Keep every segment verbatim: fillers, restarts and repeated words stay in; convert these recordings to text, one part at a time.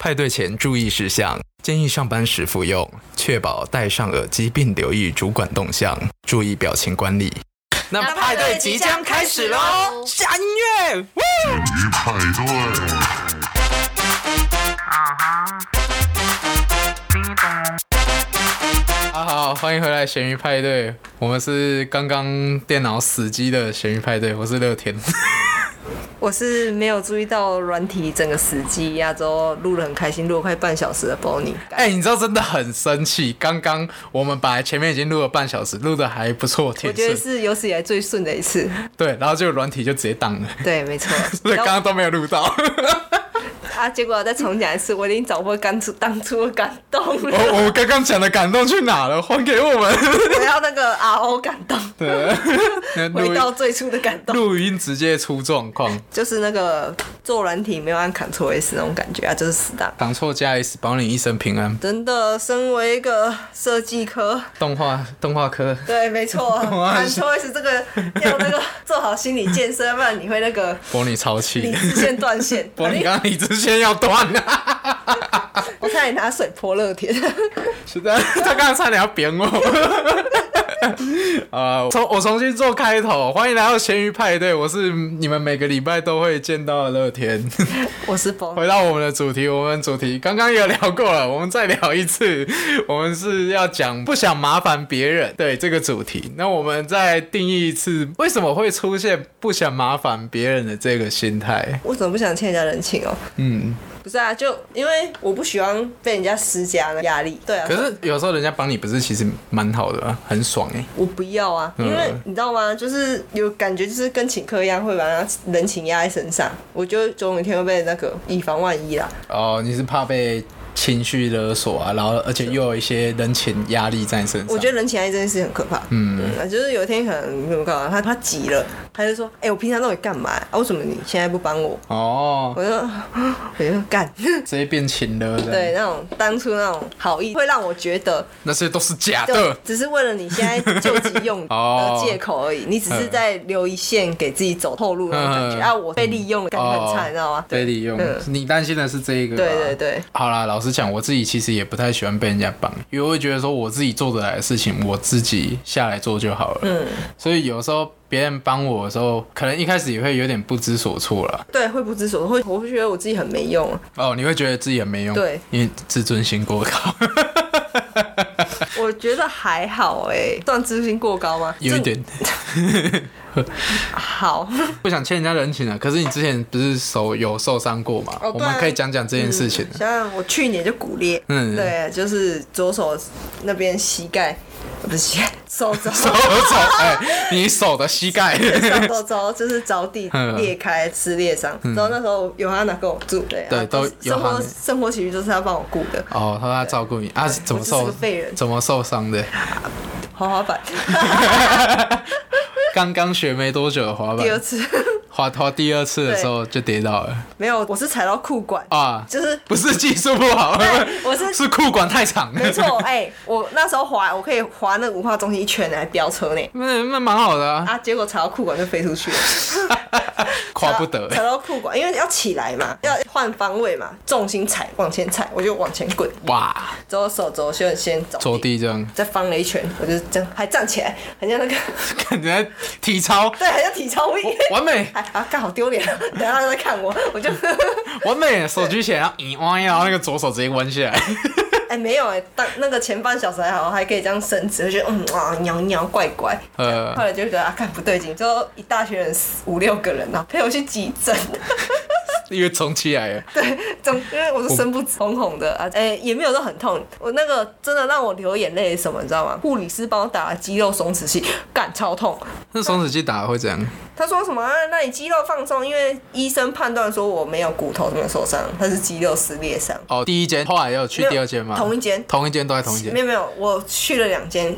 派对前注意事项，建议上班时服用，确保戴上耳机并留意主管动向，注意表情管理。那派对即将开始喽！下音乐， 咸鱼派对。啊哈，叮咚。 啊好，欢迎回来咸鱼派对，我们是刚刚电脑死机的咸鱼派对，我是乐天。 我是没有注意到软体整个死机，亚洲录得很开心，录了快半小时的 Bonnie。 哎、欸，你知道真的很生气，刚刚我们本来前面已经录了半小时，录的还不错，挺顺。 我觉得是有史以来最顺的一次。 对，然后就软体就直接当了。 对，没错。 所以刚刚都没有录到。 啊！结果再重讲一次，我已经找不回当初当初的感动了。 我我刚刚讲的感动去哪了？还给我们！ 我要那个 R O 感动。 对， 回到最初的感动。 录音直接出状况， 就是那个做软体没有按 Ctrl S 那种感觉啊，就是死档。 挡错加 S， 保你一生平安。 真的，身为一个设计科、 动画动画科， 对，没错 ，Ctrl S 这个要那个做好心理建设，不然你会那个保你超气， 理智线断线。 保你刚刚理智线要断了。 我差点拿水泼乐天。 是的，他刚刚差点要扁我。啊，重我重新做开头，欢迎来到咸鱼派对，我是你们每个礼拜都会见到的乐天。 我是风。 回到我们的主题，我们主题刚刚有聊过了，我们再聊一次。我们是要讲不想麻烦别人，对这个主题。那我们再定义一次，为什么会出现不想麻烦别人的这个心态？ 我怎么不想欠人家人情哦？嗯。不是啊，就因为我不喜欢被人家施加的压力，对啊。 可是有时候人家帮你不是其实蛮好的啊，很爽哎、欸。 我不要啊，因为你知道吗？就是有感觉，就是跟请客一样，会把人情压在身上。我就总有一天会被那个以防万一啦。 哦，你是怕被情绪勒索啊，然后而且又有一些人情压力在身上。 我觉得人情压力这件事很可怕。嗯，嗯就是有一天可能怎么搞，他他急了，他就说：“哎、欸，我平常到底干嘛、啊？为什么你现在不帮我？”哦，我就我就干， 直接变情了。 对，那种当初那种好意，会让我觉得那些都是假的， 只是为了你现在救急用的借口而已。你只是在留一线给自己走后路那种感觉啊！我被利用的感觉很差，你知道吗？ 被利用，你担心的是这一个。 对对对。 好啦，老实讲，我自己其实也不太喜欢被人家帮，因为我会觉得说我自己做得来的事情，我自己下来做就好了。嗯，所以有时候别人帮我的时候，可能一开始也会有点不知所措了。 对，会不知所措，会我会觉得我自己很没用。 哦，你会觉得自己很没用？对，因为自尊心过高。 我觉得还好哎、欸，算自尊心过高吗？ 有一点。 好， 不想欠人家人情了。可是你之前不是手有受伤过吗？哦啊、我们可以讲讲这件事情、 嗯。像我去年就骨裂，嗯，对，就是左手那边膝盖。不是膝盖，手肘， 手肘，哎、欸，你手的膝盖， 手肘就是着地裂开，撕裂伤。然后那时候有他拿跟我住，对， 对，都有生活生活起居都是他帮我顾的。 哦，他他照顾你啊？怎么受？怎么受伤的？ 滑滑板。 刚刚学没多久的滑板， 第二次。 滑滑第二次的时候就跌倒了， 没有，我是踩到裤管啊，就是不是技术不好， 我是是裤管太长。 没错，哎、欸，我那时候滑，我可以滑那文化中心一圈来飙车呢， 那那蛮好的啊。 啊，结果踩到裤管就飞出去了， 夸不得。 踩到裤管，因为要起来嘛，要换方位嘛，重心踩往前踩，我就往前滚，哇，之后手肘先先着地这样， 再翻了一圈，我就这样还站起来，很像那个感觉体操， 对，很像体操完美。 啊，刚好丢脸，等下他在看我，我就完美，手举起来，然后一弯，然后那个左手直接弯下来。 哎、欸，没有哎、欸，当那个前半小时还好，还可以这样伸直，就觉得嗯啊，鸟鸟怪怪。呃，后来就觉得啊，看不对劲，之后一大群人五六个人啊，陪我去急诊。 因为肿起来了。 对，肿，因为我是生不红红的啊，哎、欸，也没有说很痛。我那个真的让我流眼泪什么，你知道吗？护理师帮我打了肌肉松弛剂，干超痛。 那松弛剂打了会怎样？ 他说什么、啊？那你肌肉放松，因为医生判断说我没有骨头没有受伤，他是肌肉撕裂伤。 哦，第一间，后来有去第二间吗？ 同一间， 同一间都在同一间。 没有没有，我去了两间。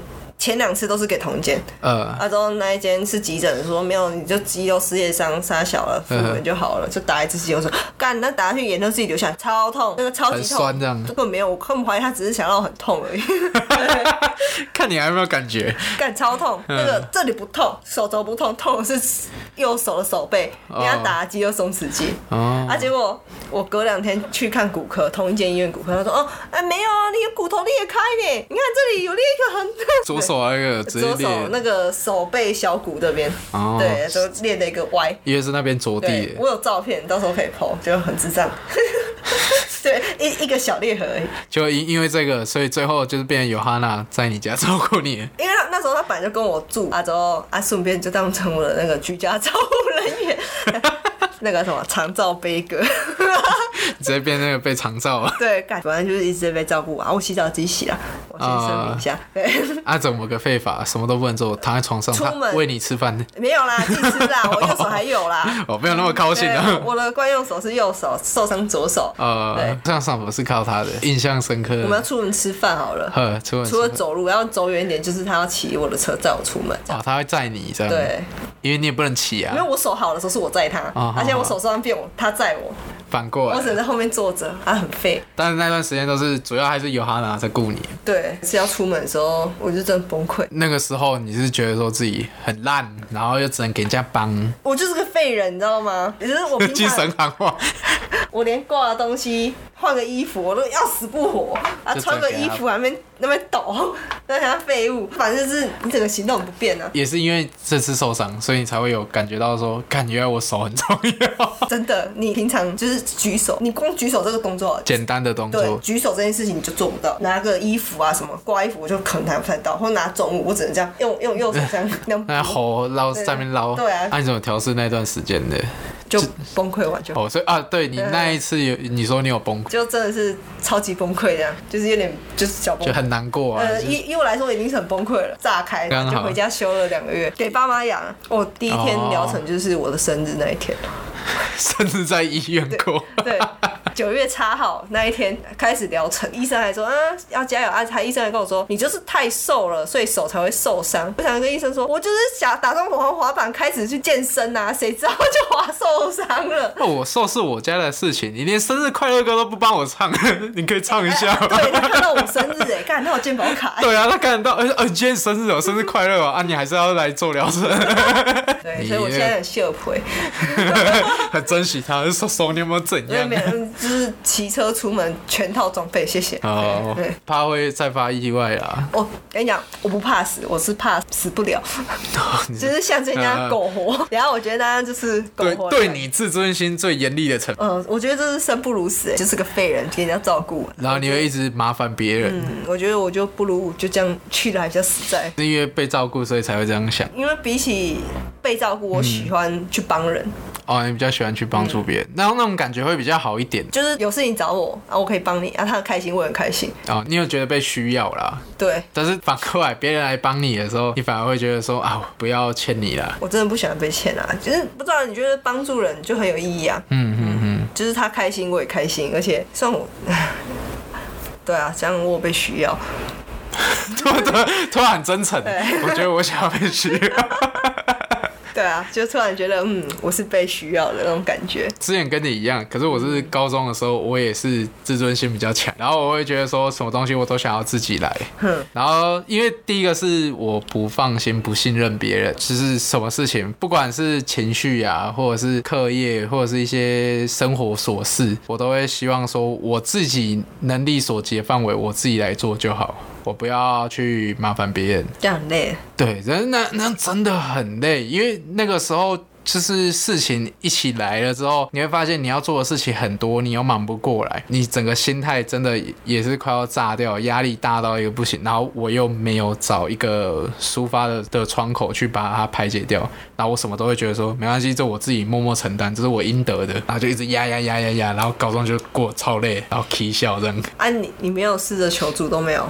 前两次都是给同一间， 呃， 啊之后那一间是急诊，说没有你就肌肉撕裂伤杀小了，复原就好了，就打一次肌肉说干，那打下去眼都自己流下来，超痛，那个超级痛， 很酸这样， 根本没有，我根本怀疑他只是想让我很痛而已。 看你还有没有感觉， 干超痛，那个这里不痛，手肘不痛，痛的是右手的手背，因为他打了肌肉松弛剂。 哦， 啊，结果我隔两天去看骨科，同一间医院骨科，他说哦，哎没有啊，你的骨头裂开呢，你看这里有裂一个痕。 左手那个直接左裂， 手那个手背小骨这边， 哦对，就裂了一个歪。 因为是那边着地对， 的， 我有照片，到时候可以 po， 就很智障。对，一一个小裂痕而已。 就因因为这个，所以最后就是变成有哈娜在你家照顾你。 因为他那时候他本来就跟我住，啊之后啊顺便就当成我的那个居家照护人员。那个什么长照悲歌， 直接变那个被长照了。 对，干，反正就是一直被照顾啊。我洗澡自己洗啦，我先声明一下。对， 啊，怎么个废法？什么都不能做，躺在床上， 出门他喂你吃饭。 没有啦，自己吃啦，我右手还有啦。 我没有那么高兴对啊。 我的惯用手是右手，受伤左手。 呃对， 这样上我是靠他的，印象深刻。 我们要出门吃饭好了。 呵，出门除了走路，要走远一点，就是他要骑我的车载我出门。 哦，他会载你这样。 对， 因为你也不能骑啊因为，我手好的时候是我载他， 哦而且我手受伤变我他载我， 反过来我只。能在后面坐着，啊，很废。 但是那段时间都是主要还是有哈娜在顾你。 对，是要出门的时候，我就真的崩溃。 那个时候你是觉得说自己很烂，然后又只能给人家帮， 我就是个废人，你知道吗？也就是我平精常神喊话。 我连挂的东西、换个衣服，我都要死不活。啊， 就穿个衣服还没那边抖，那像废物。反正就是你整个行动很不便啊。 也是因为这次受伤，所以你才会有感觉到说，感原来我手很重要。 真的，你平常就是举手，你光举手这个动作， 简单的动对， 作， 举手这件事情你就做不到。拿个衣服啊什么挂衣服，我就可能拿不太到，或拿重物，我只能这样用用右手这样那样那喉捞对上面捞。 对啊那你怎么调试那段时间的？ 就崩溃完就。 哦，所以啊，对你那一次有你说你有崩溃， 就真的是超级崩溃这样，就是有点就是小崩溃。 就很难过啊。 呃， 就是以以我来说已经是很崩溃了，炸开， 刚好就回家休了两个月，给爸妈养。我第一天疗程就是我的生日那一天， 甚至在医院过。 对，九月插号那一天开始疗程，医生还说，嗯，要加油啊！还医生还跟我说，你就是太瘦了，所以手才会受伤。我想跟医生说，我就是想打算滑滑板开始去健身啊，谁知道就滑受伤了。 哦，我瘦是我家的事情，你连生日快乐歌都不帮我唱，你可以唱一下吗？ 对，他看到我生日哎，干，他有健保卡。 对啊，他看得到，呃，呃，你今天生日哦，生日快乐哦，啊，你还是要来做疗程。 对，所以我现在很秀腿。 很珍惜他，手手你有没有怎样？ 因为没有，就是骑车出门全套装备，谢谢。 哦对， 怕会再发意外啦。 我跟你讲，我不怕死，我是怕死不了，就是像这家苟活。然后我觉得大家就是苟对活。 对你自尊心最严厉的惩罚， 嗯，我觉得这是生不如死，就是个废人，给人家照顾。 然后你会一直麻烦别人， 嗯，我觉得我就不如就这样去了，还比较实在。 是因为被照顾所以才会这样想。 因为比起被照顾，我喜欢去帮人。 哦，你比较喜欢去帮助别人，然后那种感觉会比较好一点。 就是有事情找我啊，我可以帮你啊，他很开心，我也很开心。 哦，你有觉得被需要啦？ 对， 但是反过来，别人来帮你的时候，你反而会觉得说啊，不要欠你啦。 我真的不喜欢被欠啊，就是不知道你觉得帮助人就很有意义啊。 嗯嗯嗯， 就是他开心，我也开心，而且算我，对啊，这样我有被需要。 突然突然很真诚， 对我觉得我想要被需要。 对啊，就突然觉得，嗯，我是被需要的那种感觉。 之前跟你一样，可是我是高中的时候，我也是自尊心比较强，然后我会觉得说什么东西我都想要自己来。 哼， 然后因为第一个是我不放心、不信任别人，就是什么事情，不管是情绪啊，或者是课业，或者是一些生活琐事，我都会希望说我自己能力所及的范围，我自己来做就好。我不要去麻烦别人， 这样很累。 对，那那真的很累，因为那个时候就是事情一起来了之后，你会发现你要做的事情很多，你又忙不过来，你整个心态真的也是快要炸掉，压力大到一个不行，然后我又没有找一个抒发的的窗口去把它排解掉，然后我什么都会觉得说没关系，这我自己默默承担，这是我应得的，然后就一直压压压压压，然后高中就过超累，然后起笑这样。 啊你，你没有试着求助都没有？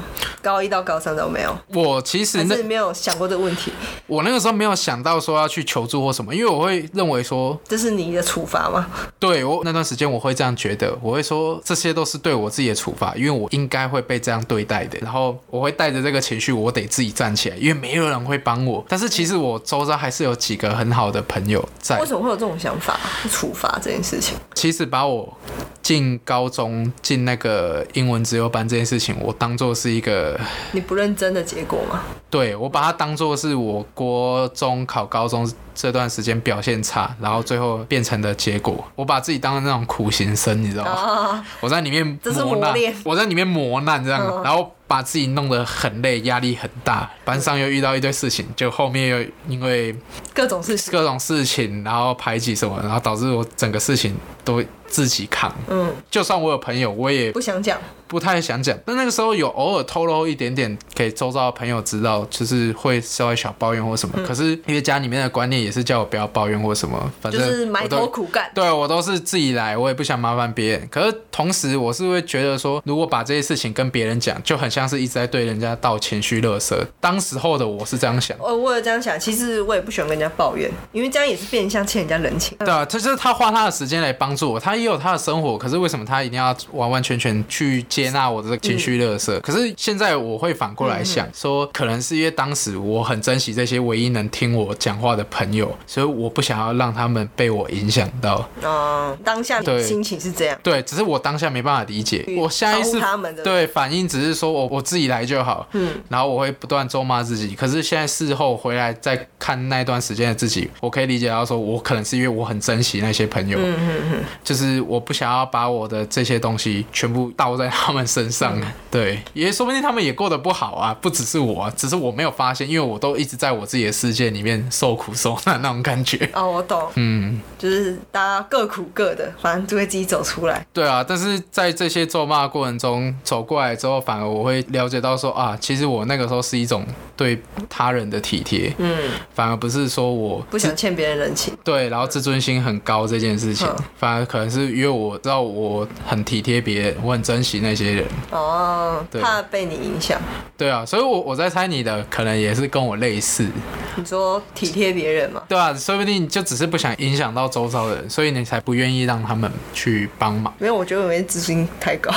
高一到高三都没有？ 我其实那还是没有想过这个问题？ 我那个时候没有想到说要去求助或什么，因为我会认为说这是你的处罚吗？ 对，我那段时间我会这样觉得，我会说这些都是对我自己的处罚，因为我应该会被这样对待的。然后我会带着这个情绪，我得自己站起来，因为没有人会帮我。但是其实我周遭还是有几个很好的朋友在。 为什么会有这种想法？处罚这件事情， 其实把我进高中进那个英文资优班这件事情，我当做是一个你不认真的结果吗？ 对，我把它当做是我国中考高中这段时间表现差，然后最后变成的结果。我把自己当成那种苦行僧，你知道吗？ 啊， 我在里面这是磨难磨练， 我在里面磨难这样， 嗯然后把自己弄得很累，压力很大。班上又遇到一堆事情，就后面又因为各种事情， 各种事情，然后排挤什么，然后导致我整个事情都自己扛。 嗯， 就算我有朋友，我也不想讲。 不太想讲，但那个时候有偶尔透露一点点给周遭的朋友知道，就是会稍微小抱怨或什么。嗯、可是因为家里面的观念也是叫我不要抱怨或什么，反正就是埋头苦干。 对，我都是自己来，我也不想麻烦别人。可是同时，我是会觉得说，如果把这些事情跟别人讲，就很像是一直在对人家倒情绪垃圾。当时候的我是这样想。 我我有这样想，其实我也不喜欢跟人家抱怨，因为这样也是变相欠人家人情。 对啊，就是他花他的时间来帮助我，他也有他的生活，可是为什么他一定要完完全全去接纳我的这个情绪？虚垃圾，可是现在我会反过来想，说可能是因为当时我很珍惜这些唯一能听我讲话的朋友，所以我不想要让他们被我影响到。 嗯，当下你的心情是这样， 对，只是我当下没办法理解，我下意识他们的对反应只是说我我自己来就好，嗯，然后我会不断咒骂自己。可是现在事后回来再看那段时间的自己，我可以理解到说，我可能是因为我很珍惜那些朋友，嗯嗯嗯，就是我不想要把我的这些东西全部倒在他们身上。嗯对，也说不定他们也过得不好啊，不只是我啊，只是我没有发现，因为我都一直在我自己的世界里面受苦受难那种感觉。 哦，我懂，嗯，就是大家各苦各的，反正就会自己走出来。 对啊，但是在这些咒骂过程中走过来之后，反而我会了解到说啊，其实我那个时候是一种对他人的体贴，嗯，反而不是说我不想欠别人人情， 对，然后自尊心很高这件事情，嗯、反而可能是因为我知道我很体贴别人，我很珍惜那些人。 哦，怕被你影响。 对啊，所以我我在猜你的可能也是跟我类似。 你说体贴别人嘛？ 对啊，说不定就只是不想影响到周遭的人，所以你才不愿意让他们去帮忙。 没有，我觉得我们自尊心太高。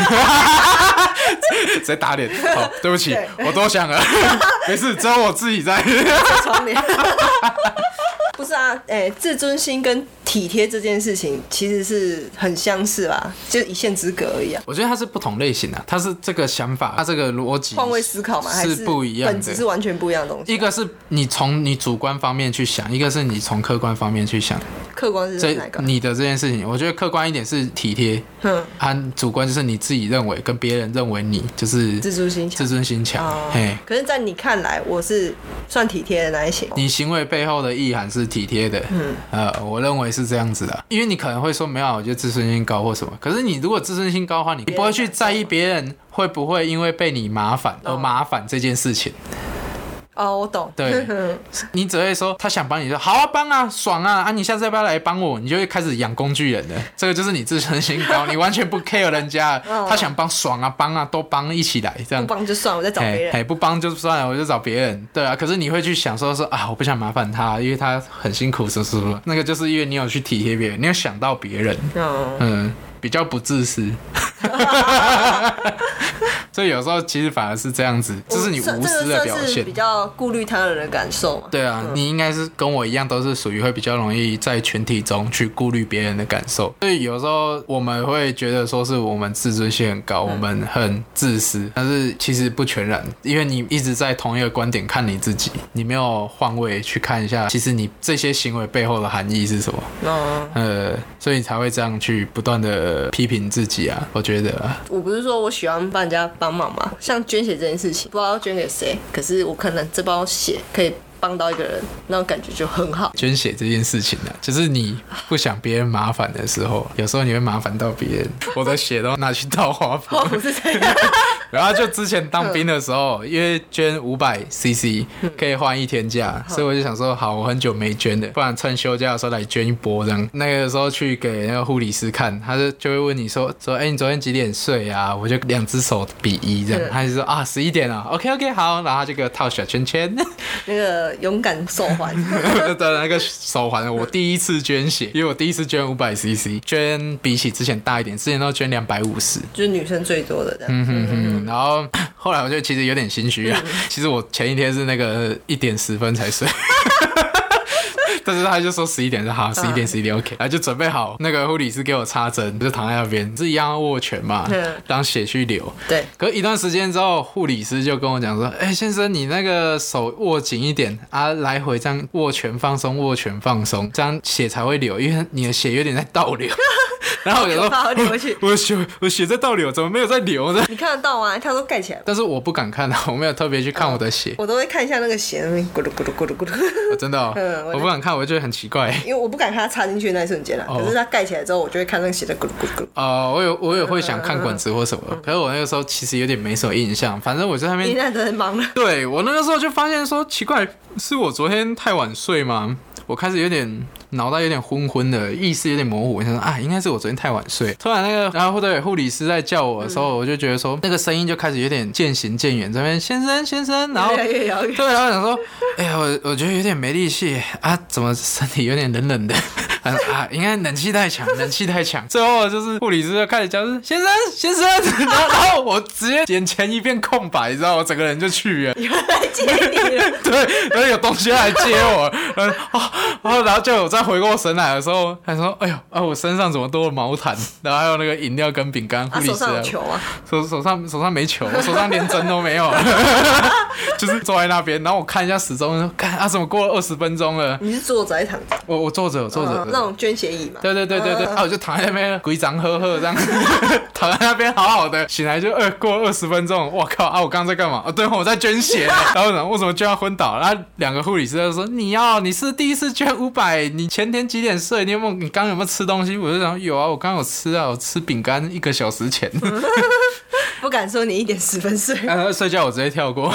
直接打脸，好，对不起，我多想了，没事，只有我自己在。 窗帘。不是啊，哎、欸，自尊心跟体贴这件事情其实是很相似啦，就一线之隔而已啊。 我觉得它是不同类型的、啊，它是这个想法，它这个逻辑换位思考嘛，还是不一样的， 本质是完全不一样的东西。 一个是你从你主观方面去想，一个是你从客观方面去想。 客观是哪个？ 你的这件事情，我觉得客观一点是体贴，嗯，啊，主观就是你自己认为跟别人认为你就是自尊心强， 自尊心强。哦、嘿， 可是，在你看来，我是算体贴的那一型。 你行为背后的意涵是体贴的，嗯，呃，我认为是这样子的，因为你可能会说没有，我觉得自尊心高或什么，可是你如果自尊心高的话，你不会去在意别人会不会因为被你麻烦而麻烦这件事情。 哦，我懂。 对，你只会说他想帮你说好啊，帮啊，爽啊，啊，你下次要不要来帮我？你就会开始养工具人了。这个就是你自尊心高，你完全不 care 人家，哦、他想帮爽啊，帮啊，都帮一起来，这样不帮就算，我再找别人。 哎，不帮就算了，我就找别人。对啊，可是你会去想说说啊，我不想麻烦他，因为他很辛苦，是不是？那个就是因为你有去体贴别人，你有想到别人，哦、嗯，比较不自私。所以有时候其实反而是这样子，这是你无私的表现， 比较顾虑他人的感受嘛。 对啊，嗯、你应该是跟我一样，都是属于会比较容易在群体中去顾虑别人的感受。所以有时候我们会觉得说是我们自尊心很高，嗯、我们很自私，但是其实不全然，因为你一直在同一个观点看你自己，你没有换位去看一下，其实你这些行为背后的含义是什么。嗯、呃，所以你才会这样去不断的批评自己啊。我觉得、啊， 我不是说我喜欢帮人家帮忙嘛，像捐血这件事情，不知道要捐给谁，可是我可能这包血可以帮到一个人，那种感觉就很好。 捐血这件事情呢、啊，就是你不想别人麻烦的时候，有时候你会麻烦到别人。我的血都拿去倒花圃。 哦，不是这样。 然后就之前当兵的时候，因为捐五百 C C 可以换一天假，所以我就想说，好，我很久没捐了，不然趁休假的时候来捐一波这样。那个时候去给那个护理师看，他就就会问你说说，哎、欸，你昨天几点睡啊？我就两只手比一这样，他就说啊，十一点了 ，OK OK 好，然后他就给我套小圈圈。 那个勇敢手环。 的那个手环，我第一次捐血，因为我第一次捐五百 C C， 捐比起之前大一点，之前都捐两百五十， 就是女生最多的这样。 嗯哼哼，然后后来我就其实有点心虚啊，其实我前一天是那个一点十分才睡。但是他就说十一点是好，十一点十一点 OK， 然后就准备好，那个护理师给我插针，就躺在那边，是一样握拳嘛，当血去流。 对。 可一段时间之后，护理师就跟我讲说：“哎、欸，先生，你那个手握紧一点啊，来回这样握拳放松，握拳放松，这样血才会流，因为你的血有点在倒流。”然后我就说：“我的血，我的血在倒流，怎么没有在流呢？” 你看得到吗？他都盖起来了。 但是我不敢看啊，我没有特别去看我的血， 哦、我都会看一下那个血，那边咕噜咕噜咕噜咕噜。 哦、真的、哦嗯，我不敢看，我觉得很奇怪， 因为我不敢看它插进去的那一瞬间啦。哦、可是它盖起来之后，我就会看那个血在咕噜咕噜咕噜。 哦、呃，我有我也会想看管子或什么，嗯、可是我那个时候其实有点没什么印象，反正我在那边。 你那真的忙了。 对，我那个时候就发现说，奇怪，是我昨天太晚睡吗？我开始有点脑袋有点昏昏的，意识有点模糊。我想说啊，应该是我昨天太晚睡。突然那个，然后对护理师在叫我的时候，嗯、我就觉得说那个声音就开始有点渐行渐远，这边先生先生，然后越来越遥远。 对，然后想说，哎呀，我我觉得有点没力气啊，怎么身体有点冷冷的？啊，应该冷气太强，冷气太强。最后就是护理师就开始叫先生先生，然后然后我直接眼前一片空白，你知道，我整个人就去了。 有人来接你了。 对，然后有东西来接我，然后啊，然后然后就我再回过神来的时候，他说：“哎呦啊，我身上怎么多了毛毯？然后还有那个饮料跟饼干。”护理师、 啊、手上有球啊？ 手手上手上没球，我手上连针都没有，就是坐在那边。然后我看一下时钟，看啊，怎么过了二十分钟了？ 你是坐着还是躺着？ 我我坐着，我坐着、嗯。 那种捐血椅嘛。 对对对对对，啊，我就躺在那边，规张呵呵这样，躺在那边好好的，醒来就呃过了二十分钟，我靠啊，我刚刚在干嘛？哦，对，我在捐血。然后呢，为什么就要昏倒？然后两个护理师就说：“你要，你是第一次捐五百，你前天几点睡？你有没有？你刚刚有没有吃东西？”我就想有啊，我刚刚有吃啊，我吃饼干一个小时前。 不敢说你一点十分睡。 啊，睡觉我直接跳过。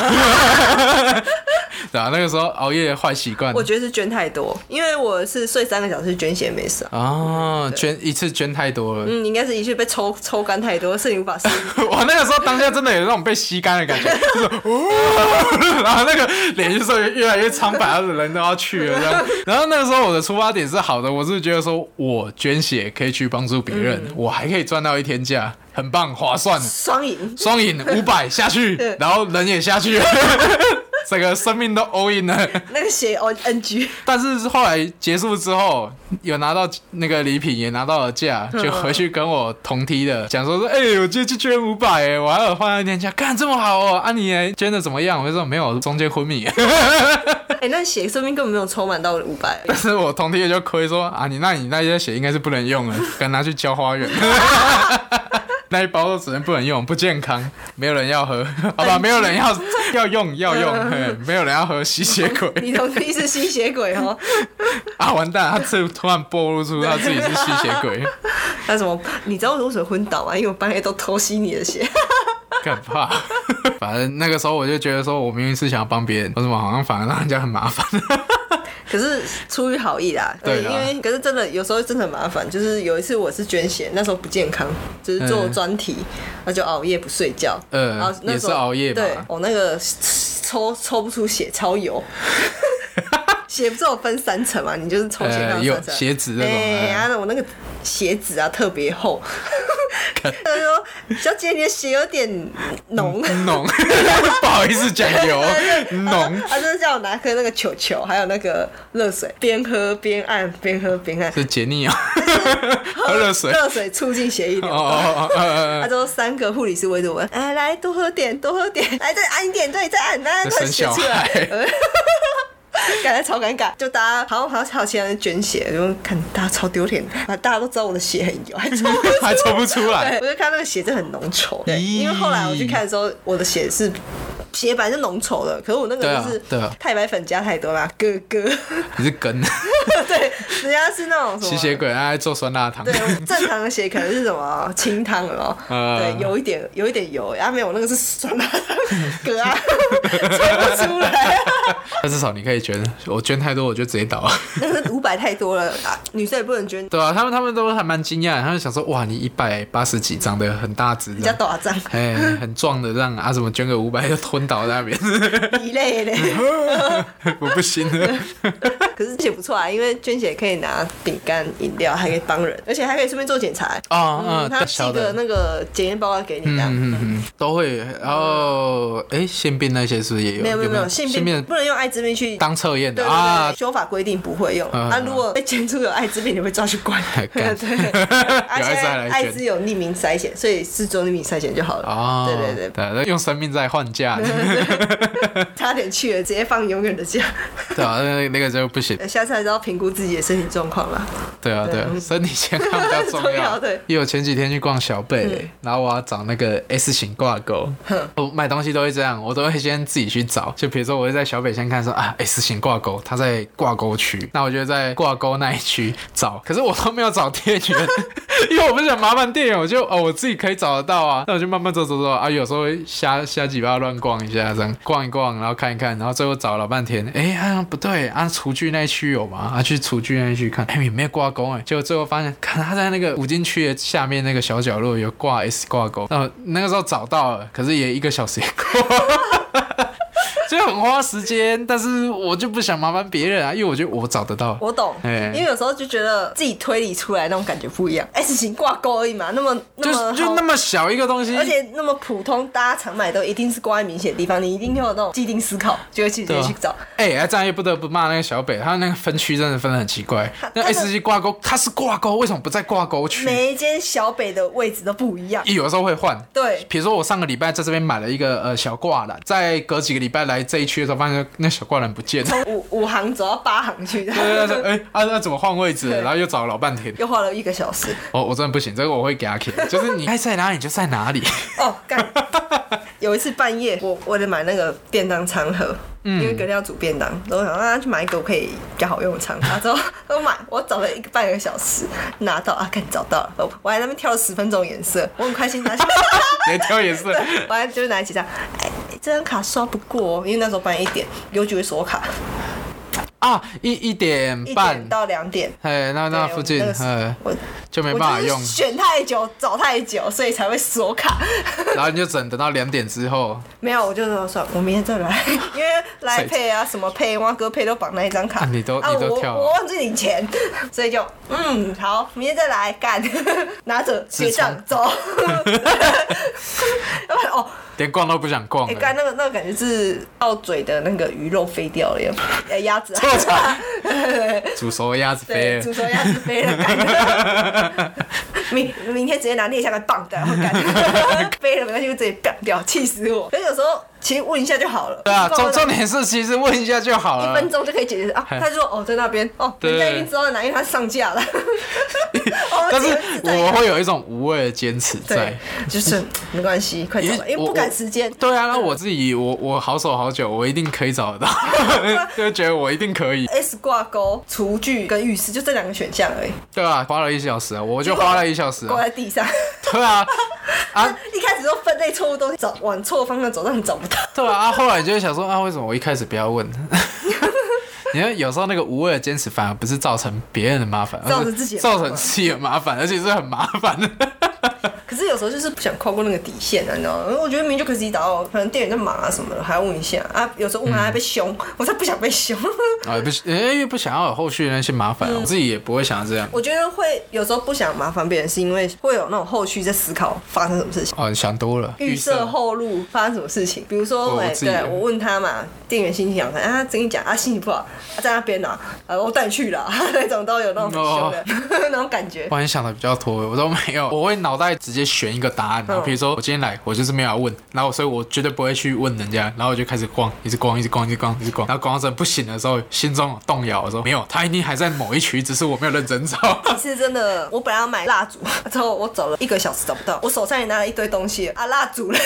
对啊，那个时候熬夜坏习惯。 我觉得是捐太多，因为我是睡三个小时捐血没事啊。 哦，捐一次捐太多了。 嗯，应该是一次被抽抽干太多，是你无法适应。 我那个时候当下真的有那种被吸干的感觉，就是、然后那个脸就是越来越苍白，人都要去了这样。然后那个时候我的出发点是好的，我是觉得说我捐血可以去帮助别人、嗯，我还可以赚到一天假。很棒，划算， 双赢， 双赢五百下去，然后人也下去了，整个生命都 all in 了。 那个血 N G， 但是后来结束之后，有拿到那个礼品，也拿到了假，就回去跟我同梯的讲说说，哎、欸，我今天去捐五百，哎，我还有换一天假，干这么好哦，啊你捐的怎么样？我就说没有，中间昏迷。 哎、欸，那血说明根本没有抽满到五百。 但是我同梯的就亏说啊，你那你那些血应该是不能用了，赶拿去浇花园。那一包都只能不能用，不健康，没有人要喝，好吧？没有人要要用要用，没有人要喝吸血鬼。 你同梯是吸血鬼哦？ 啊，完蛋！他这突然暴露出他自己是吸血鬼。 那什么？你知道我为什么昏倒吗？因为我半夜都偷吸你的血。 干怕？反正那个时候我就觉得说，我明明是想要帮别人，为什么好像反而让人家很麻烦？ 可是出于好意啦，对，因为可是真的有时候真的很麻烦。就是有一次我是捐血，那时候不健康，就是做专题，那、嗯、就熬夜不睡觉， 呃、嗯，然后那也是熬夜吧？ 对，我、哦、那个抽抽不出血，超油。血不是有分三层嘛？你就是抽血到三层， 有血脂那种。 哎呀、欸，我那个血脂啊特别厚。他说：“小姐，你的血有点浓。” 浓，不好意思讲油，浓。 他就是叫我拿颗那个球球，还有那个热水，边喝边按，边喝边按。 是解腻啊！喝热水， 热水促进血液流动。他说三个护理师围着我，哎，来多喝点，多喝点，来再按一点，对，再按，来快血出来。感觉超尴尬，就大家好像好像还有其他人捐血，就看大家超丢脸，大家都知道我的血很油，还抽不还抽不出来。 对，我就看那个血真的很浓稠。对，因为后来我去看的时候，我的血是血本来就浓稠的，可是我那个就是对啊太白粉加太多啦，哥哥。 你是根， 对，人家是那种什么吸血鬼，他在做酸辣汤。 对，正常的血可能是什么清汤了， 呃对，有一点有一点油，啊没有，那个是酸辣汤，哥啊，吹不出来。 但至少你可以捐，我捐太多我就直接倒了。 那个五百太多了啊，女生也不能捐， 对啊，他们他们都还蛮惊讶，他们想说哇，你一百八十几长得很大只， 比较大张， 哎，很壮的这样啊，怎么捐个五百就吞倒在那边？ 一类的。 我不行了。 可是也不错啊，因为捐血可以拿饼干、饮料，还可以帮人，而且还可以顺便做检查。 哦， 嗯， 嗯， 他寄小的。 个那个检验报告给你，这样。 嗯嗯嗯，都会。然后，哎，腺病那些是不是也有？ 没有没有没有， 腺性病不能用艾滋病去当测验的对对啊对，。修法规定不会用。 嗯啊，如果被检出有艾滋病，你会抓去关。 干对，而且有艾滋还来捐艾滋有匿名筛检，所以是做匿名筛检就好了。 哦， 对对对， 对，用生命在换价， 差点去了，直接放永远的假。 对啊，那那个就不行。 下次还是要评估自己的身体状况啦。 对啊，对啊，身体健康比较重重要。 要对因为我前几天去逛小贝，然后我要找那个 S 型挂钩，我买东西都会这样，我都会先自己去找。就比如说，我会在小北先看说啊 S 型挂钩，它在挂钩区，那我就在挂钩那一区找。可是我都没有找店员，因为我不想麻烦店员，我就哦我自己可以找得到啊。那我就慢慢走走走啊，有时候会瞎瞎几巴乱逛一下，这样逛一逛，然后看一看，然后最后找了半天，哎啊不对啊，厨具那一区有吗？啊去厨具那一区看，哎也没有挂钩哎，结果最后发现，看他在那个五金区的下面那个小角落有挂 S 挂钩，那我那个时候找到了，可是也一个小时也过。就很花时间，但是我就不想麻烦别人啊，因为我觉得我找得到。 我懂， 哎因为有时候就觉得自己推理出来那种感觉不一样。S 型挂钩而已嘛，那么那就么好就那么小一个东西， 而且那么普通，大家常买都一定是挂在明显的地方，你一定会有那种既定思考，就会去直接去找。 哎、欸，这样也不得不骂那个小北，他那个分区真的分得很奇怪。那 S 级挂钩，它是挂钩，为什么不在挂钩区？ 每一间小北的位置都不一样。 有的时候会换。 对， 比如说我上个礼拜在这边买了一个呃小挂篮，在隔几个礼拜来这一区的时候，发现那小挂篮不见了。 从五五行走到八行去， 对对对，哎、欸，啊那怎么换位置？然后又找了老半天。 又花了一个小时。 哦，我真的不行，这个我会给他 K， 就是你爱在哪里你就在哪里。 哦，干！有一次半夜，我为了买那个便当餐盒，因为隔天要煮便当，然后我想让他去买一个我可以比较好用的餐盒，之后我买，我找了一个半个小时，拿到啊，看找到了，我还在那边挑了十分钟颜色，我很开心拿起来， 你还挑颜色， 我还就是拿起这样，哎，这张卡刷不过哦，因为那时候半夜一点，邮局会锁卡。 啊，一一点一半点到两点， 哎，那那对附近我那个，时哎， 我就没我办法用就是，选太久，找太久，所以才会锁卡。 然后你就只能等到两点之后。 没有，我就说算了，我明天再来，因为来配啊，什么配，汪哥配都绑那一张卡， 啊你都啊我你都跳了我忘记领钱，所以就嗯好，明天再来干，拿着结账走。哦， 连逛都不想逛哎， 了。 干那个那个感觉是到嘴的那个鱼肉飞掉了，哎鸭子啊， 错惨煮熟的鸭子飞对， 了煮。熟鸭子飞了，干。明明天直接拿镊下来棒掉，然后干飞了没关系，就直接棒掉，气死我。可是有时候其实问一下就好了。 对啊， 不知道重重点是其实问一下就好了。 一分钟就可以解决啊。他就说哦在那边哦， 对人家已经知道在哪，因为他上架了。哦但是这个我会有一种无谓的坚持在对。，就是没关系，快找吧，因为不赶时间。 对啊，那我自己我我好手好脚，我一定可以找得到，就觉得我一定可以。 S 挂钩、厨具跟浴室就这两个选项而已， 对啊，花了一小时啊，我就花了一小时挂啊。 在地上。 对啊，啊一开始都分类错误，都找往错方向走，但你找不到。 对啊，啊后来你就会想说啊，为什么我一开始不要问？你看，有时候那个无谓的坚持，反而不是造成别人的麻烦，而是造成自己的麻烦造成自己的麻烦，而且是很麻烦的。 可是有时候就是不想跨过那个底线啊，你知道吗？我觉得明明就可以自己找到，可能店员在忙啊什么的，还要问一下啊。有时候问他还被凶，我才不想被凶。 啊，不是，因为不想要有后续的那些麻烦，我自己也不会想要这样。 我觉得会有时候不想麻烦别人，是因为会有那种后续在思考发生什么事情。 哦，你想多了， 预设后路发生什么事情，比如说，哎、 哦我自己对我问他嘛，店员心情好，啊，跟你讲啊，心情不好，啊，在那边呢、啊，我带你去了，那种都有那种很凶的、那种感觉。 我很想的比较多，我都没有，我会脑袋直接选一个答案，然后比如说我今天来，我就是没有要问，然后所以我绝对不会去问人家，然后我就开始逛，一直逛，一直逛，一直逛，一直逛，然后逛到真的不行的时候，心中有动摇的时候，没有，他一定还在某一区，只是我没有认真找。 是真的，我本来要买蜡烛，之后我走了一个小时找不到，我手上也拿了一堆东西啊，蜡烛了。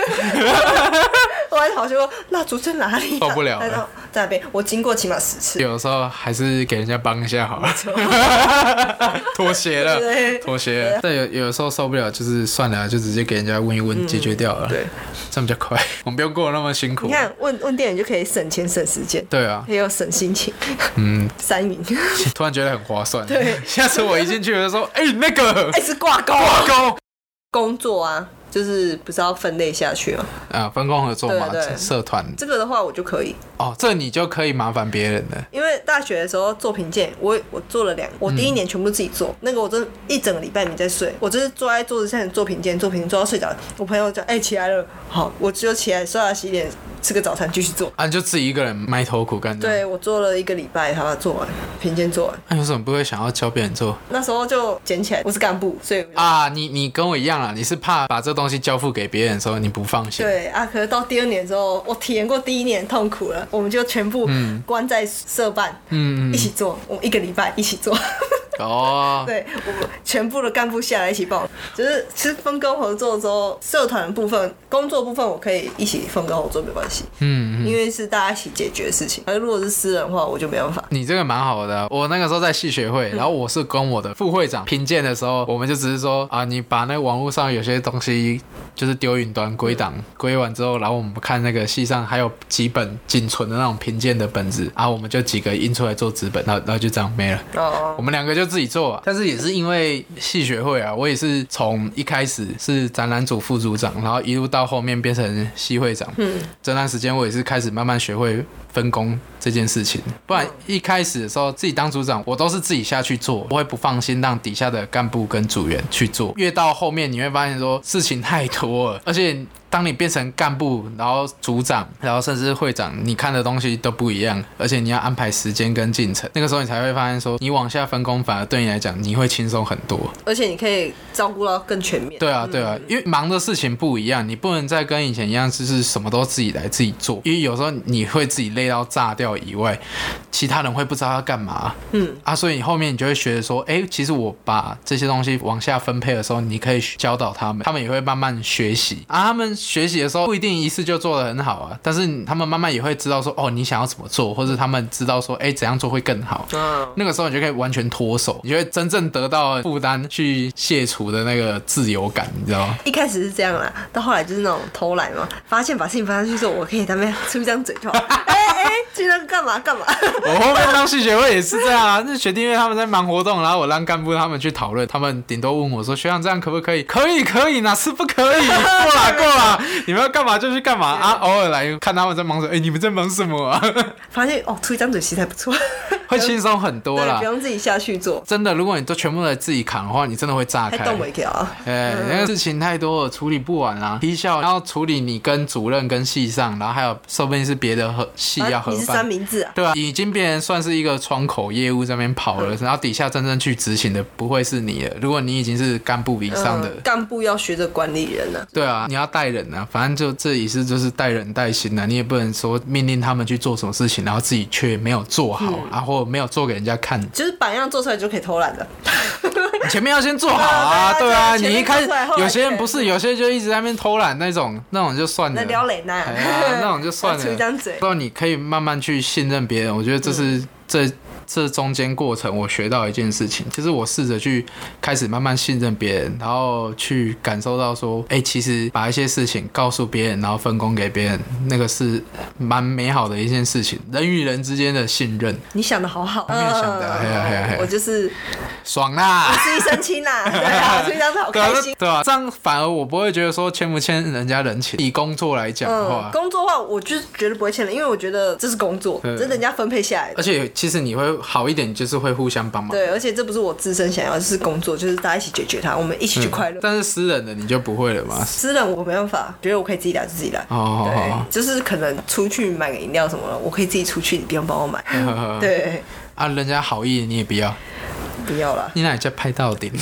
我还跑去说蜡烛在哪里、啊？ 受不了了他说在那边，我经过起码十次。 有时候还是给人家帮一下好了，妥协了， 对妥协了。但有有时候受不了，就是算了，就直接给人家问一问，解决掉了。 对， 这样比较快，我们不用过得那么辛苦。 你看问问店员就可以省钱省时间， 对啊， 也有省心情。 嗯， 三赢， 突然觉得很划算。 对， 下次我一进去我就说，哎、那个哎、是挂钩挂钩工作啊。就是不是要分类下去吗？ 啊，分工合作嘛， 对对社团这个的话我就可以哦，这你就可以麻烦别人了。 因为大学的时候做评鉴，我我做了两，我第一年全部自己做，嗯、那个我真的一整个礼拜没在睡，我就是坐在桌子上做评鉴，做评鉴做到睡着。我朋友讲，哎、欸、起来了，好，我就起来刷牙洗脸，吃个早餐继续做。 啊，你就自己一个人埋头苦干。 对，我做了一个礼拜，把它做完，评鉴做完。 那、啊、有什么不会想要教别人做？ 那时候就捡起来，我是干部，所以啊，你你跟我一样啦，你是怕把这东西交付给别人的时候你不放心。 对啊，可是到第二年之后，我体验过第一年痛苦了，我们就全部关在社办，嗯嗯，一起做，我们一个礼拜一起做。 哦， 对，我们全部的干部下来一起报，就是其实分工合作之后，社团的部分、工作部分我可以一起分工合作没关系，嗯，因为是大家一起解决的事情。而如果是私人的话，我就没办法。 你这个蛮好的、啊，我那个时候在系学会，然后我是跟我的副会长评鉴的时候，我们就只是说啊，你把那个网络上有些东西就是丢云端归档，归完之后，然后我们看那个系上还有几本仅存的那种评鉴的本子啊，我们就几个印出来做纸本，然后然后就这样没了。哦，我们两个就自己做、啊，但是也是因为系学会啊，我也是从一开始是展览组副组长，然后一路到后面变成系会长。嗯，这段时间我也是开始慢慢学会分工这件事情，不然一开始的时候自己当组长，我都是自己下去做，我会不放心让底下的干部跟组员去做。越到后面你会发现说事情太多了，而且当你变成干部，然后组长，然后甚至是会长，你看的东西都不一样，而且你要安排时间跟进程，那个时候你才会发现说，你往下分工反而对你来讲你会轻松很多， 而且你可以照顾到更全面。 对啊，对啊，嗯、因为忙的事情不一样，你不能再跟以前一样，就是什么都自己来自己做，因为有时候你会自己累到炸掉以外，其他人会不知道要干嘛，嗯啊，所以你后面你就会学着说，哎，其实我把这些东西往下分配的时候，你可以教导他们，他们也会慢慢学习啊，他们学习的时候不一定一次就做得很好啊，但是他们慢慢也会知道说，哦，你想要怎么做，或者他们知道说，哎，怎样做会更好。嗯，那个时候你就可以完全脱手，你就会真正得到负担去卸除的那个自由感，你知道吗？ 一开始是这样啦，到后来就是那种偷懒嘛，发现把事情发下去之后，我可以在那边出一张嘴就好，哎哎，去那个干嘛干嘛。 我后面当系学会也是这样啊，那学弟妹他们在忙活动，然后我让干部他们去讨论，他们顶多问我说，学长这样可不可以？可以可以，哪是不可以？过啦过啦，你们要干嘛就去干嘛啊！偶尔来看他们在忙什么，哎、欸，你们在忙什么啊？发现哦，出一张嘴其实还不错， 会轻松很多啦， 不用自己下去做。 真的，如果你都全部来自己扛的话，你真的会炸开。 还动不了啊！ 哎、欸，那个事情太多了，处理不完啊。批校要处理你跟主任跟系上，然后还有说不定是别的合系要合办。啊、你是三明治啊？ 对啊，已经变成算是一个窗口业务这边跑了，嗯、然后底下真正去执行的不会是你了。如果你已经是干部以上的， 嗯、干部要学着管理人啊。 对啊，你要带人啊，反正就这也是就是带人带心啊，你也不能说命令他们去做什么事情，然后自己却没有做好、嗯、啊，或者没有做给人家看， 就是榜样做出来就可以偷懒的。 你前面要先做好啊，对啊，你一开始有些人不是，有些就一直在那边偷懒那种，那种就算了， 那撩雷那， 哎呀，那种就算了， 出一张嘴， 不然你可以慢慢去信任别人，我觉得这是、嗯、这。这中间过程我学到一件事情，就是我试着去开始慢慢信任别人，然后去感受到说，哎，其实把一些事情告诉别人，然后分工给别人，那个是蛮美好的一件事情，人与人之间的信任。 你想的好好， 没有想的，嘿呀嘿呀嘿， 我就是爽啦， 一世一身轻啦，对啊，所以这样子好开心， 对啊，这样反而我不会觉得说欠不欠人家人情。以工作来讲的话、 嗯，工作的话，我就是绝对不会欠的，因为我觉得这是工作，这是人家分配下来的， 而且其实你会好一点，就是会互相帮忙。 对，而且这不是我自身想要，就是工作，就是大家一起解决它，我们一起去快乐、嗯。 但是私人的你就不会了吗？ 私人我没办法，觉得我可以自己来就自己来。 哦， 对，就是可能出去买个饮料什么的，我可以自己出去，你不用帮我买。对啊，人家好意你也不要， 不要啦。 你哪里叫拍到顶？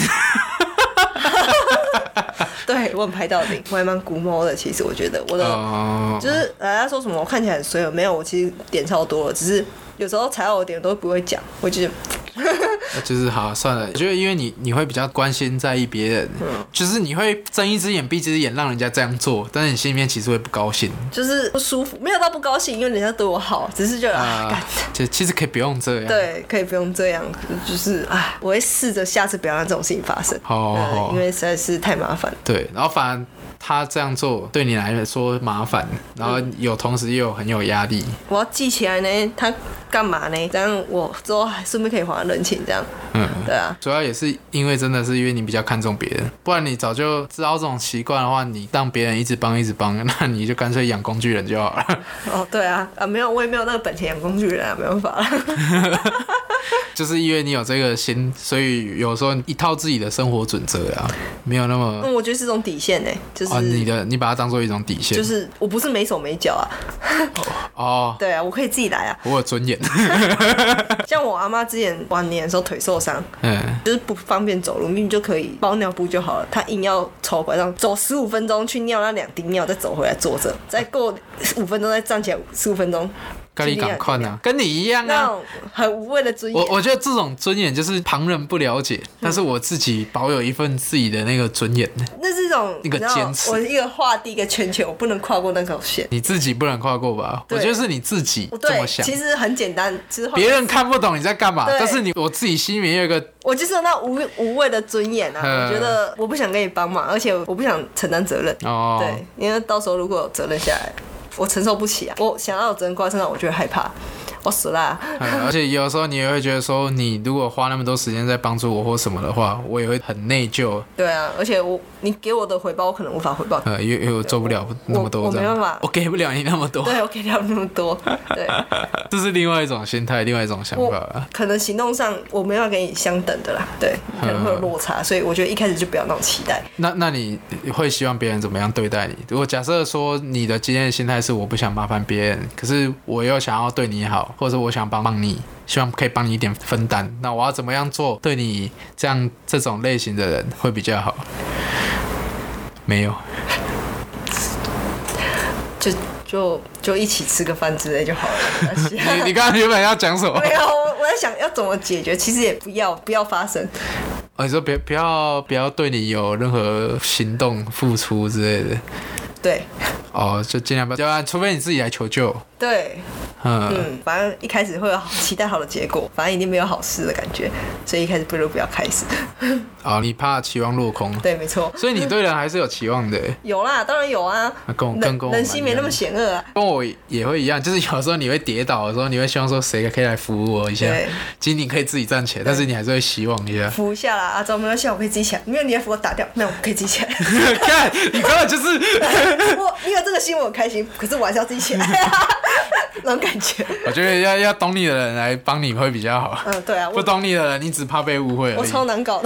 对，我很拍到顶，我还蛮古猫的。其实我觉得我的、oh. 就是人家说什么我看起来很衰，没有，我其实点超多了，只是有时候踩到我点都不会讲，我就就是好算了，我觉得因为你你会比较关心在意别人，嗯、就是你会睁一只眼闭一只眼让人家这样做，但是你心里面其实会不高兴， 就是不舒服，没有到不高兴，因为人家对我好，只是觉得啊，干、呃， 就其实可以不用这样， 对，可以不用这样，就是啊，我会试着下次不要让这种事情发生， 好、 呃，因为实在是太麻烦。 对，然后反而他这样做对你来说麻烦，然后有同时又很有压力。 我要记起来呢，他干嘛呢？这样我之后还顺便可以还人情，这样。嗯，对啊。 主要也是因为真的是因为你比较看重别人，不然你早就知道这种习惯的话，你让别人一直帮一直帮，那你就干脆养工具人就好了。 哦，对啊，啊没有，我也没有那个本钱养工具人啊，没办法了。 就是因为你有这个心，所以有时候一套自己的生活准则啊，没有那么…… 嗯，我觉得是种底线呢，就是、 哦、你的你把它当做一种底线， 就是我不是没手没脚啊。 哦， 对啊，我可以自己来啊， 我有尊严。 像我阿妈之前晚年的时候腿受伤，嗯，就是不方便走路，明明就可以包尿布就好了，她硬要抽拐杖走十五分钟去尿那两滴尿，再走回来坐着，再过五分钟再站起来十五分钟。 跟你赶快啊，跟你一样啊， 那种很无谓的尊严。 我我觉得这种尊严就是旁人不了解，嗯、但是我自己保有一份自己的那个尊严。 那是一种那个坚持。 我一个画第一个圈圈，我不能跨过那条线。 你自己不能跨过吧？我觉得是你自己这么想。 其实很简单， 别人看不懂你在干嘛，但是你我自己心里面有一个。 我就是有那无无谓的尊严啊！我觉得我不想跟你帮忙，而且我不想承担责任。哦。对，因为到时候如果有责任下来。我承受不起啊！我想要有责任挂在身上，我就会害怕，我死啦、 嗯！而且有时候你也会觉得说，你如果花那么多时间在帮助我或什么的话，我也会很内疚。 对啊，而且我你给我的回报，我可能无法回报。 呃，因为因为我做不了那么多， 我, 我没办法， 我给不了你那么多。 对，我给不了那么多。对， 这是另外一种心态，另外一种想法啦。 可能行动上我没办法跟你相等的啦，对，可能会有落差，嗯、所以我觉得一开始就不要那种期待。 那那你会希望别人怎么样对待你？如果假设说你的今天的心态是我不想麻烦别人，可是我又想要对你好，或者我想帮帮你，希望可以帮你一点分担，那我要怎么样做对你这样这种类型的人会比较好？没有， 就就就一起吃个饭之类就好了。 你你刚刚原本要讲什么？ 没有，我在想要怎么解决，其实也不要不要发生。 哦，你说别不要不要对你有任何行动付出之类的。 对。 哦，就尽量不要，除非你自己来求救。 对。嗯, 嗯，反正一开始会有期待好的结果，反正一定没有好事的感觉，所以一开始不如不要开始。 哦，你怕期望落空？ 对，没错。 所以你对人还是有期望的。有啦，当然有啊。 跟我跟跟我人心没那么险恶啊。 跟我也会一样，就是有时候你会跌倒的时候，你会希望说谁可以来扶我一下。对。其实你可以自己站起来，但是你还是会希望一下。 扶一下啦，阿周没关系，我可以自己起来。没有你来扶我打掉，没有我可以自己起来。 看，你根本就是我，你有这个心我很开心，可是我还是要自己起来。那种感觉。 我觉得要要懂你的人来帮你会比较好。 嗯，对啊。 不懂你的人，你只怕被误会而已。 我超难搞的。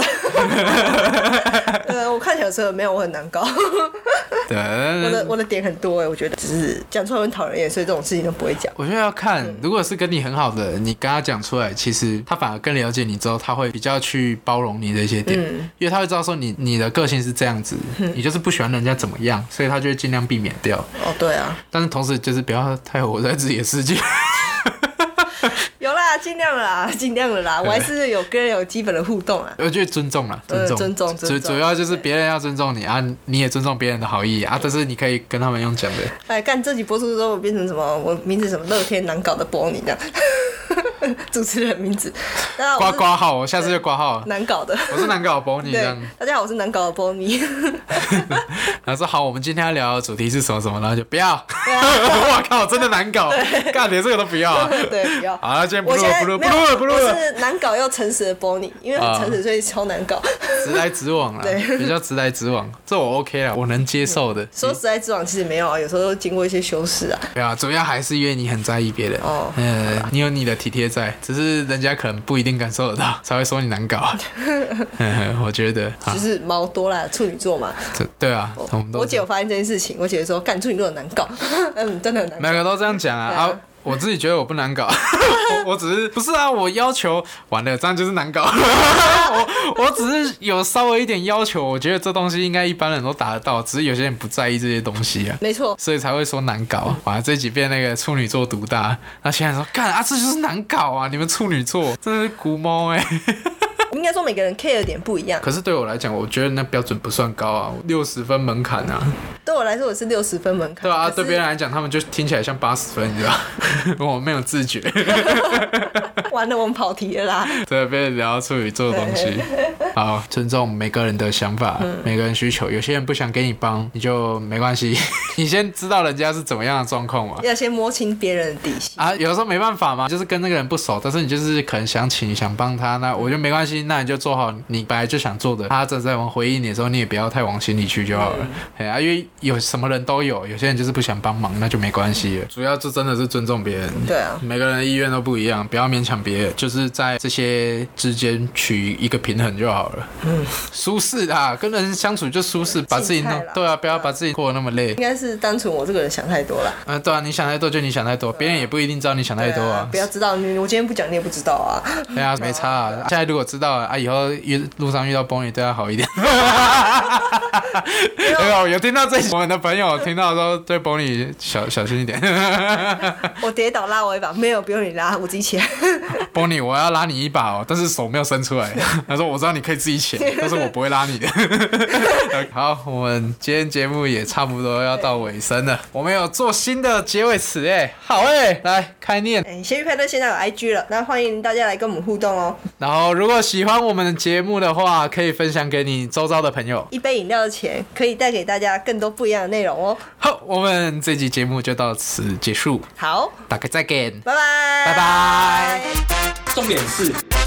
呃，我看起来说没有，我很难搞。对，我的我的点很多哎，我觉得只是讲出来很讨人厌，所以这种事情都不会讲。 我觉得要看，嗯、如果是跟你很好的人，你跟他讲出来，其实他反而更了解你之后，他会比较去包容你的一些点，嗯、因为他会知道说你你的个性是这样子，嗯、你就是不喜欢人家怎么样，所以他就会尽量避免掉。 哦，对啊。 但是同时就是不要太活在自己的世界。 有啦，尽量了啦，尽量了啦，我还是有跟人有基本的互动啦。 我觉得尊重啦，尊重， 尊重，尊重。主要就是别人要尊重你啊，你也尊重别人的好意啊，但是你可以跟他们用讲的。 哎，干这集播出之后，我变成什么？我名字什么乐天难搞的波尼这样。主持人名字， 挂挂号，我下次就挂号。 难搞的， 我是难搞的波尼这样。 大家好，我是难搞的波尼。 然后说好，我们今天要聊的主题是什么什么，然后就不要。我靠，真的难搞，干连这个都不要啊。 对，不要。 好，今天不录了，不录，不录了，不录了。 我是难搞又诚实的波尼，因为很诚实，所以超难搞。 直来直往啦，对，比较直来直往，这我 OK 啦，我能接受的。 说直来直往其实没有啊，有时候都经过一些修饰啊。 对啊，主要还是因为你很在意别人。哦。嗯，你有你的体贴在，只是人家可能不一定感受得到，才会说你难搞。我觉得就是毛多啦，处女座嘛。 对啊， 我姐有发现这件事情，我姐说干处女座很难搞，嗯，真的很难搞。 每个都这样讲啊啊！ 我自己觉得我不难搞，我我只是不是啊，我要求完了，这样就是难搞。我我只是有稍微一点要求，我觉得这东西应该一般人都达得到，只是有些人不在意这些东西啊， 没错， 所以才会说难搞。完了这几遍那个处女座独大，那现在说干啊，这就是难搞啊，你们处女座真的是古猫哎、欸。 应该说每个人 care 的点不一样。 可是对我来讲，我觉得那标准不算高啊，六十分门槛啊。 对我来说，我是六十分门槛。 对啊，对别人来讲，他们就听起来像八十分，你知道？我没有自觉。 完了，我们跑题了啦。 对，被聊处女座的东西。好，尊重每个人的想法，嗯、每个人需求。有些人不想给你帮，你就没关系。你先知道人家是怎么样的状况嘛。 要先摸清别人的底细啊。有的时候没办法嘛，就是跟那个人不熟，但是你就是可能想请、想帮他，那我就没关系。那你就做好你本来就想做的。他正在往回应你的时候，你也不要太往心里去就好了。嗯、啊，因为有什么人都有，有些人就是不想帮忙，那就没关系了。主要就真的是尊重别人。 对啊， 每个人的意愿都不一样，不要勉强别人，就是在这些之间取一个平衡就好了。嗯，舒适啊，跟人相处就舒适，把自己弄对啊，不要把自己过得那么累。 应该是单纯我这个人想太多了。 啊，对啊，你想太多就你想太多，别人也不一定知道你想太多啊。 啊不要知道你，我今天不讲你也不知道啊。 对啊，没差啊。现在如果知道了啊，以后遇路上遇到Bonnie对他好一点。没有，有听到这我们的朋友听到说对Bonnie小小心一点。 我跌倒拉我一把，没有，不用你拉，我自己起来。 Bonnie，我要拉你一把哦，但是手没有伸出来。他说我知道你可以自己起来，但是我不会拉你的。好，我们今天节目也差不多要到尾声了，我们有做新的结尾词哎，好哎，来开念。 哎，咸鱼派对现在有 I G 了，那欢迎大家来跟我们互动哦。 然后如果喜欢我们的节目的话，可以分享给你周遭的朋友。 一杯饮料的钱可以带给大家更多不一样的内容哦。 好，我们这集节目就到此结束。 好， 大家再见， 拜拜， 拜拜。 重点是。